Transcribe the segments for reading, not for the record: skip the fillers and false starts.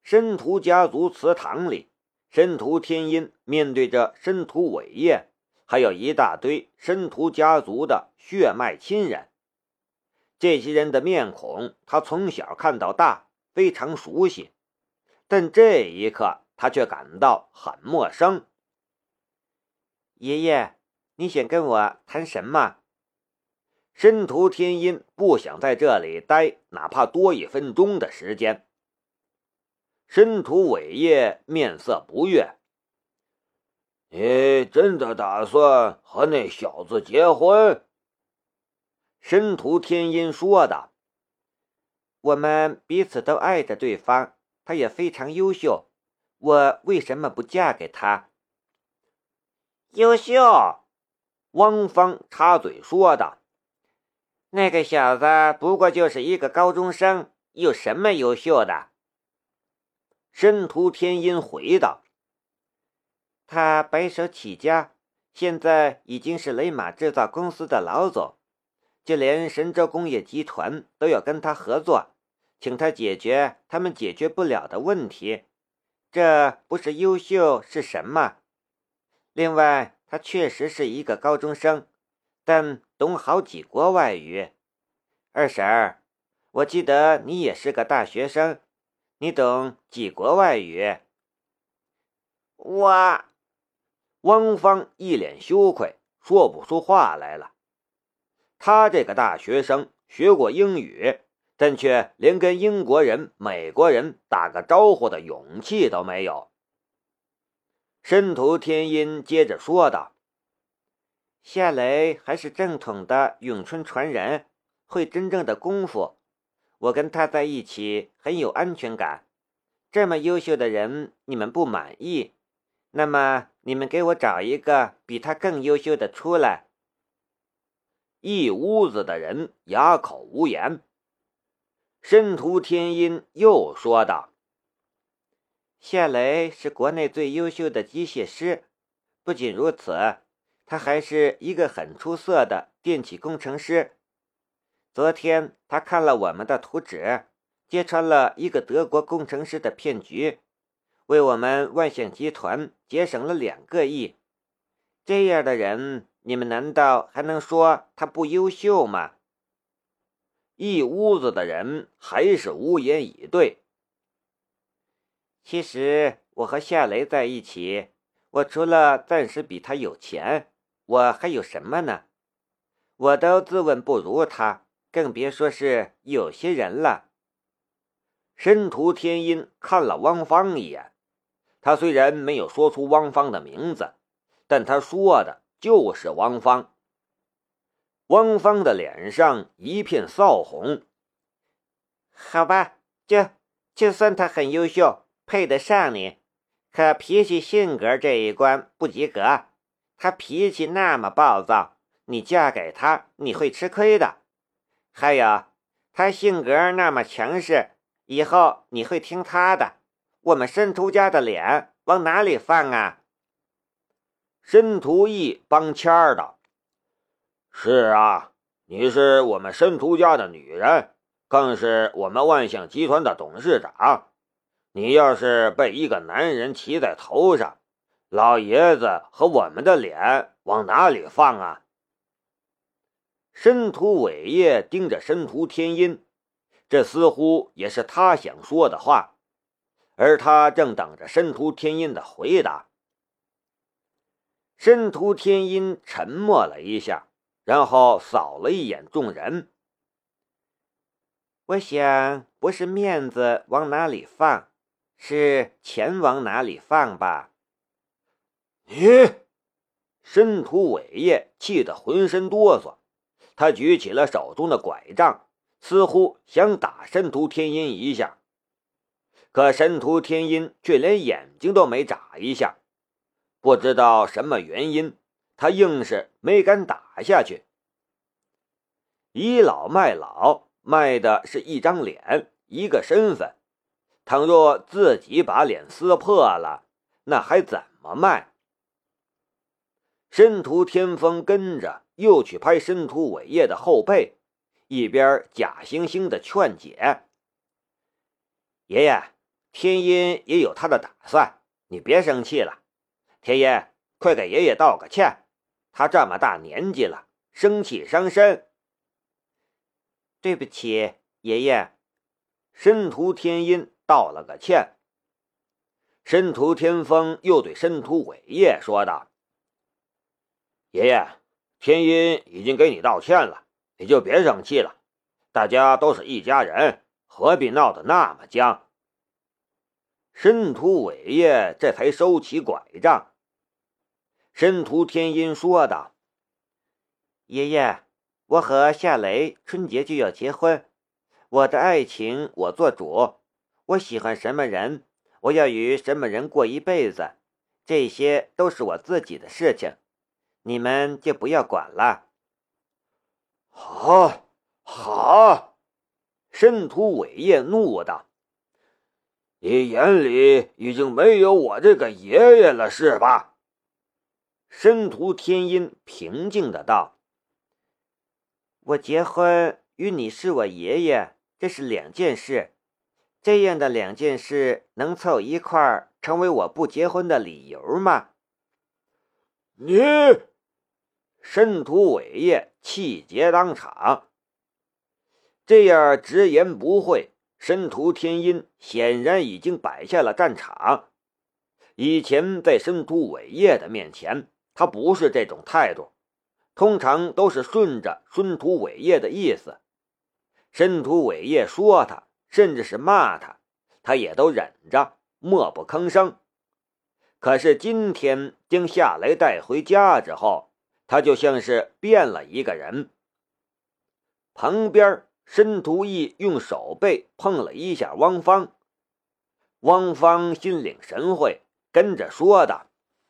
申屠家族祠堂里，申屠天音面对着申屠伟业，还有一大堆申屠家族的血脉亲人。这些人的面孔他从小看到大，非常熟悉，但这一刻他却感到很陌生。 爷爷，你想跟我谈什么？ 申屠天音不想在这里待哪怕多1分钟的时间。申屠伟业面色不悦：“ 你真的打算和那小子结婚？” 申屠天音说道：“ 我们彼此都爱着对方，他也非常优秀，我为什么不嫁给他？” 优秀，汪芳插嘴说道：“ 那个小子不过就是一个高中生，有什么优秀的？” 申屠天音回道：“ 他白手起家，现在已经是雷马制造公司的老总，就连神州工业集团都要跟他合作，请他解决他们解决不了的问题，这不是优秀是什么？另外，他确实是一个高中生，但懂好几国外语。二婶儿，我记得你也是个大学生，你懂几国外语？” 汪芳一脸羞愧，说不出话来了。他这个大学生学过英语，但却连跟英国人、美国人打个招呼的勇气都没有。申屠天音接着说道：“ 夏雷还是正统的咏春传人，会真正的功夫，我跟他在一起很有安全感。这么优秀的人你们不满意，那么你们给我找一个比他更优秀的出来。” 一屋子的人哑口无言。申屠天音又说道：“ 夏雷是国内最优秀的机械师，不仅如此，他还是一个很出色的电气工程师。昨天他看了我们的图纸，揭穿了一个德国工程师的骗局，为我们万象集团节省了2个亿。这样的人，你们难道还能说他不优秀吗？” 一屋子的人还是无言以对。 其实我和夏雷在一起，我除了暂时比他有钱，我还有什么呢？我都自问不如他，更别说是有些人了。 申屠天音看了汪芳一眼，他虽然没有说出汪芳的名字，但他说的就是汪芳。汪芳的脸上一片臊红。 好吧，就算他很优秀，配得上你，可脾气性格这一关不及格。他脾气那么暴躁，你嫁给他你会吃亏的。还有，他性格那么强势，以后你会听他的。我们申屠家的脸往哪里放啊？ 申屠义帮腔儿道：“ 是啊，你是我们申屠家的女人，更是我们万象集团的董事长。你要是被一个男人骑在头上，老爷子和我们的脸往哪里放啊？” 申屠伟业盯着申屠天音，这似乎也是他想说的话，而他正等着申屠天音的回答。申屠天音沉默了一下，然后扫了一眼众人。 我想不是面子往哪里放，是钱往哪里放吧。 你！申屠伟业气得浑身哆嗦，他举起了手中的拐杖，似乎想打申屠天音一下，可申屠天音却连眼睛都没眨一下。不知道什么原因，他硬是没敢打下去。倚老卖老，卖的是一张脸，一个身份。倘若自己把脸撕破了，那还怎么卖？申屠天风跟着又去拍申屠伟业的后背，一边假惺惺的劝解：“ 爷爷， 天音也有他的打算，你别生气了。天音，快给爷爷道个歉，他这么大年纪了，生气伤身。 对不起，爷爷。 申屠天音道了个歉。申屠天风又对申屠伟业说道：“爷爷，天音已经给你道歉了，你就别生气了，大家都是一家人，何必闹得那么僵？”申屠伟业这才收起拐杖。申屠天音说道：“ 爷爷，我和夏雷春节就要结婚，我的爱情我做主，我喜欢什么人，我要与什么人过一辈子，这些都是我自己的事情，你们就不要管了。” 好，好！申屠伟业怒道：“你眼里已经没有我这个爷爷了是吧？”申屠天音平静的道：“ 我结婚与你是我爷爷，这是两件事，这样的两件事能凑一块儿成为我不结婚的理由吗？” 你！申屠伟业气结当场。这样直言不讳，申屠天音显然已经摆下了战场。以前在申屠伟业的面前，他不是这种态度，通常都是顺着申屠伟业的意思。申屠伟业说他，甚至是骂他，他也都忍着，默不吭声。可是今天将夏雷带回家之后，他就像是变了一个人。旁边申屠义用手背碰了一下汪芳，汪芳心领神会，跟着说道：“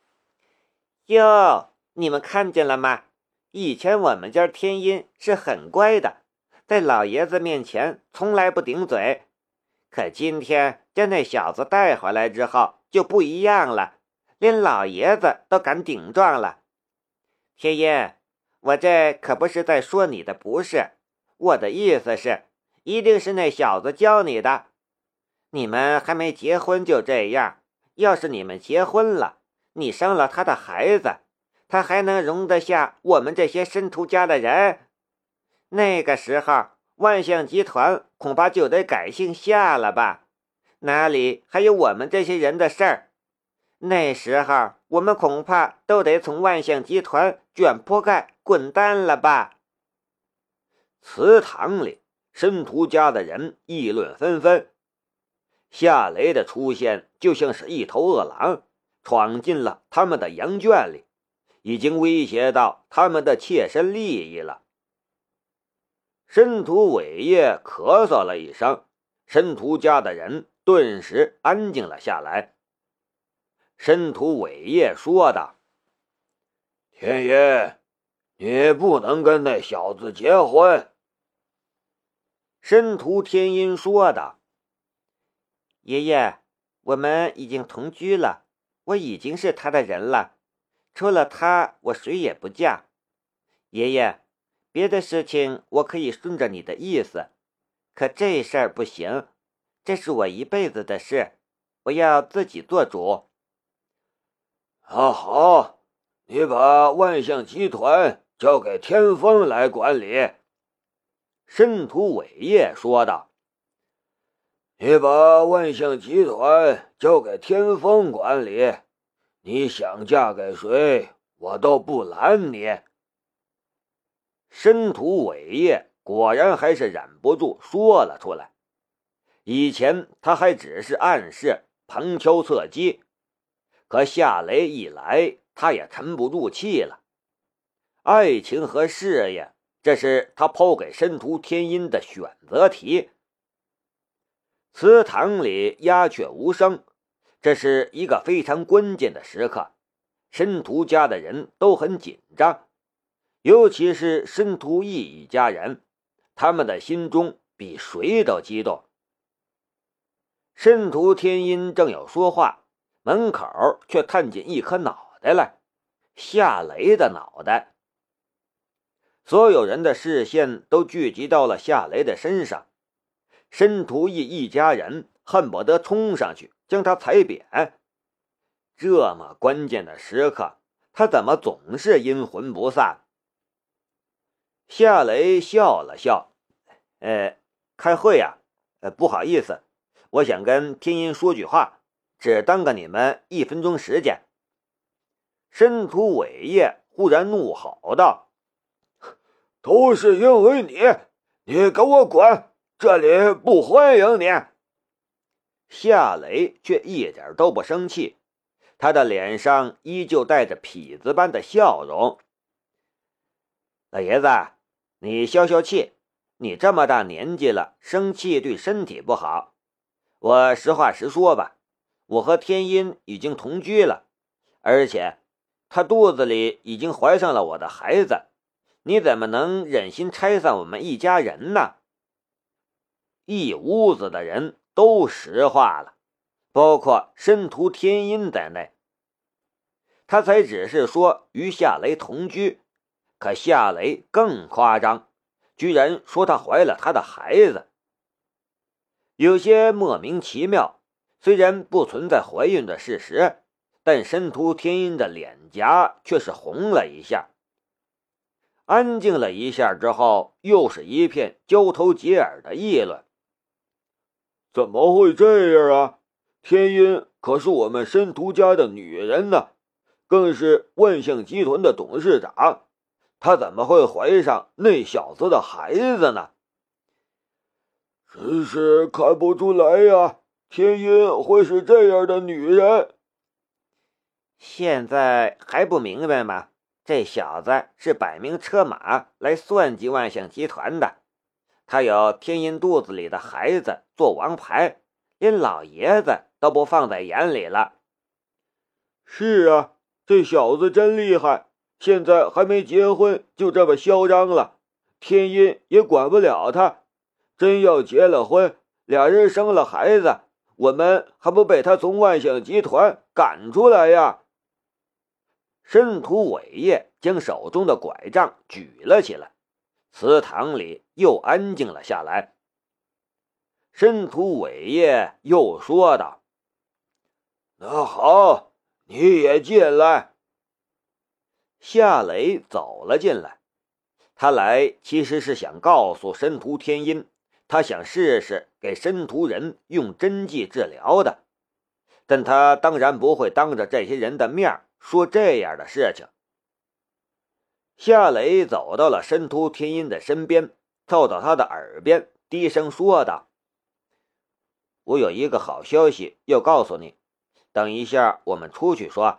哟，你们看见了吗？以前我们家天音是很乖的，在老爷子面前从来不顶嘴，可今天将那小子带回来之后就不一样了，连老爷子都敢顶撞了。天音，我这可不是在说你的不是，我的意思是，一定是那小子教你的。你们还没结婚就这样，要是你们结婚了，你生了他的孩子，他还能容得下我们这些申屠家的人？那个时候，万象集团恐怕就得改姓夏了吧？哪里还有我们这些人的事儿？那时候，我们恐怕都得从万象集团卷铺盖滚蛋了吧？ 祠堂里，申屠家的人议论纷纷。夏雷的出现就像是一头恶狼，闯进了他们的羊圈里，已经威胁到他们的切身利益了。申屠伟业咳嗽了一声，申屠家的人顿时安静了下来。申屠伟业说道：“天爷，你不能跟那小子结婚。”申屠天音说道：“ 爷爷，我们已经同居了，我已经是他的人了，除了他，我谁也不嫁。爷爷，别的事情我可以顺着你的意思，可这事儿不行，这是我一辈子的事，我要自己做主。” 好，你把万象集团交给天风来管理。”申屠伟业说道：“你把万象集团交给天风管理，你想嫁给谁，我都不拦你。”申屠伟业果然还是忍不住说了出来。以前他还只是暗示，旁敲侧击，可夏雷一来，他也沉不住气了。爱情和事业，这是他抛给申屠天音的选择题。祠堂里鸦雀无声，这是一个非常关键的时刻，申屠家的人都很紧张，尤其是申屠义一家人，他们的心中比谁都激动。申屠天音正要说话，门口却探进一颗脑袋来，夏雷的脑袋。所有人的视线都聚集到了夏雷的身上。申屠义一家人恨不得冲上去将他踩扁。这么关键的时刻，他怎么总是阴魂不散？夏雷笑了笑，开会呀？不好意思，我想跟天音说句话，只耽搁你们1分钟时间。申屠伟业忽然怒吼道：“ 都是因为你给我滚！这里不欢迎你！” 夏雷却一点都不生气，他的脸上依旧带着痞子般的笑容。老爷子，你消消气，你这么大年纪了，生气对身体不好。我实话实说吧，我和天音已经同居了，而且她肚子里已经怀上了我的孩子，你怎么能忍心拆散我们一家人呢？一屋子的人都石化了，包括申屠天音在内。他才只是说与夏雷同居，可夏雷更夸张，居然说她怀了他的孩子。有些莫名其妙，虽然不存在怀孕的事实，但申屠天音的脸颊却是红了一下。安静了一下之后，又是一片交头接耳的议论。 怎么会这样啊？天音可是我们申屠家的女人呢，更是万象集团的董事长，她怎么会怀上那小子的孩子呢？真是看不出来呀，天音会是这样的女人。 现在还不明白吗？这小子是摆明车马来算计万象集团的，他有天音肚子里的孩子做王牌，连老爷子都不放在眼里了。 是啊，这小子真厉害，现在还没结婚就这么嚣张了，天音也管不了他。真要结了婚，俩人生了孩子，我们还不被他从万象集团赶出来呀？ 申屠伟业将手中的拐杖举了起来，祠堂里又安静了下来。申屠伟业又说道：“ 那好，你也进来。” 夏雷走了进来，他来其实是想告诉申屠天音，他想试试给申屠人用针剂治疗的，但他当然不会当着这些人的面说这样的事情。夏雷走到了申屠天音的身边，凑到他的耳边低声说道：“我有一个好消息要告诉你，等一下我们出去说。”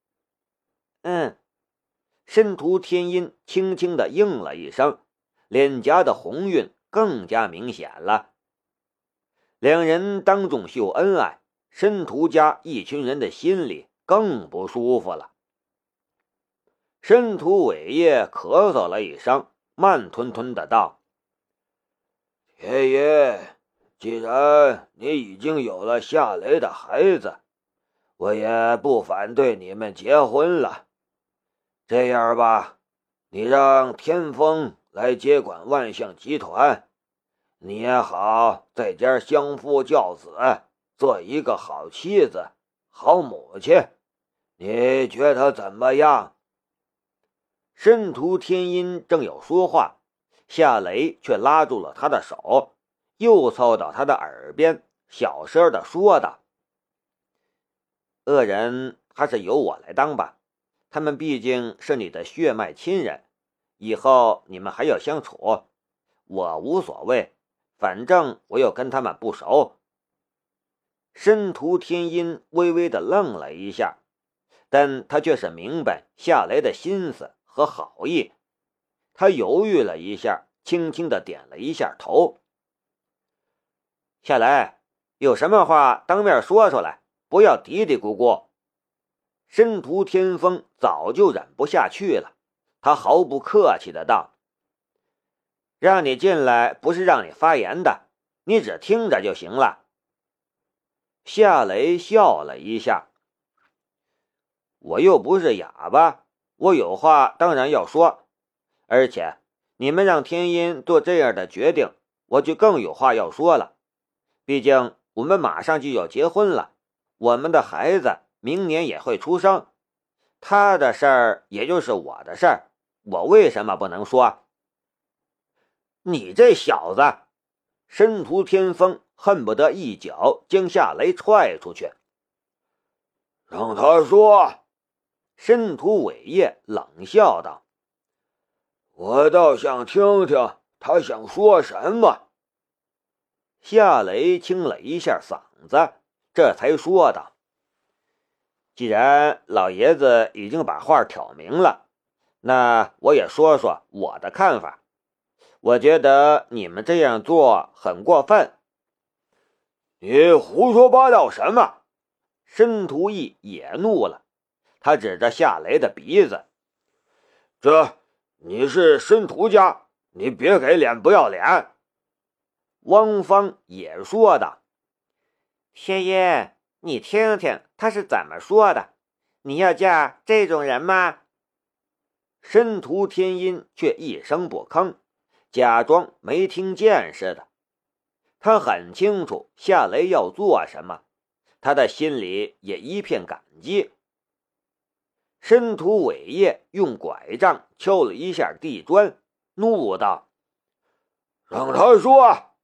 申屠天音轻轻地应了一声，脸颊的红晕更加明显了。两人当众秀恩爱，申屠家一群人的心里更不舒服了。申屠伟业咳嗽了一声，慢吞吞的道：“ 天音，既然你已经有了夏雷的孩子，我也不反对你们结婚了。这样吧，你让天风来接管万象集团，你也好在家相夫教子，做一个好妻子、好母亲，你觉得怎么样？” 申屠天音正有说话，夏雷却拉住了他的手，又凑到他的耳边小声的说道：“恶人还是由我来当吧，他们毕竟是你的血脉亲人，以后你们还要相处，我无所谓，反正我又跟他们不熟。”申屠天音微微的愣了一下，但他却是明白夏雷的心思和好意，他犹豫了一下，轻轻的点了一下头。“夏雷，有什么话当面说出来，不要嘀嘀咕咕。”申屠天风早就忍不下去了，他毫不客气的道：“让你进来不是让你发言的，你只听着就行了。”夏雷笑了一下：“我又不是哑巴，我有话当然要说，而且你们让天音做这样的决定，我就更有话要说了。毕竟我们马上就要结婚了，我们的孩子明年也会出生，他的事儿也就是我的事儿，我为什么不能说？” 你这小子！申屠天风恨不得一脚将夏雷踹出去。 让他说。 申屠伟业冷笑道：“ 我倒想听听他想说什么。” 夏雷清了一下嗓子，这才说道：“ 既然老爷子已经把话挑明了，那我也说说我的看法。我觉得你们这样做很过分。”“ 你胡说八道什么？” 申屠义也怒了，他指着夏雷的鼻子：“ 你是申屠家，你别给脸不要脸！” 汪芳也说道：“ 天音，你听听他是怎么说的，你要嫁这种人吗？” 申屠天音却一声不吭，假装没听见似的。他很清楚夏雷要做什么，他的心里也一片感激。申屠伟业用拐杖敲了一下地砖，怒道：“ 让他说！”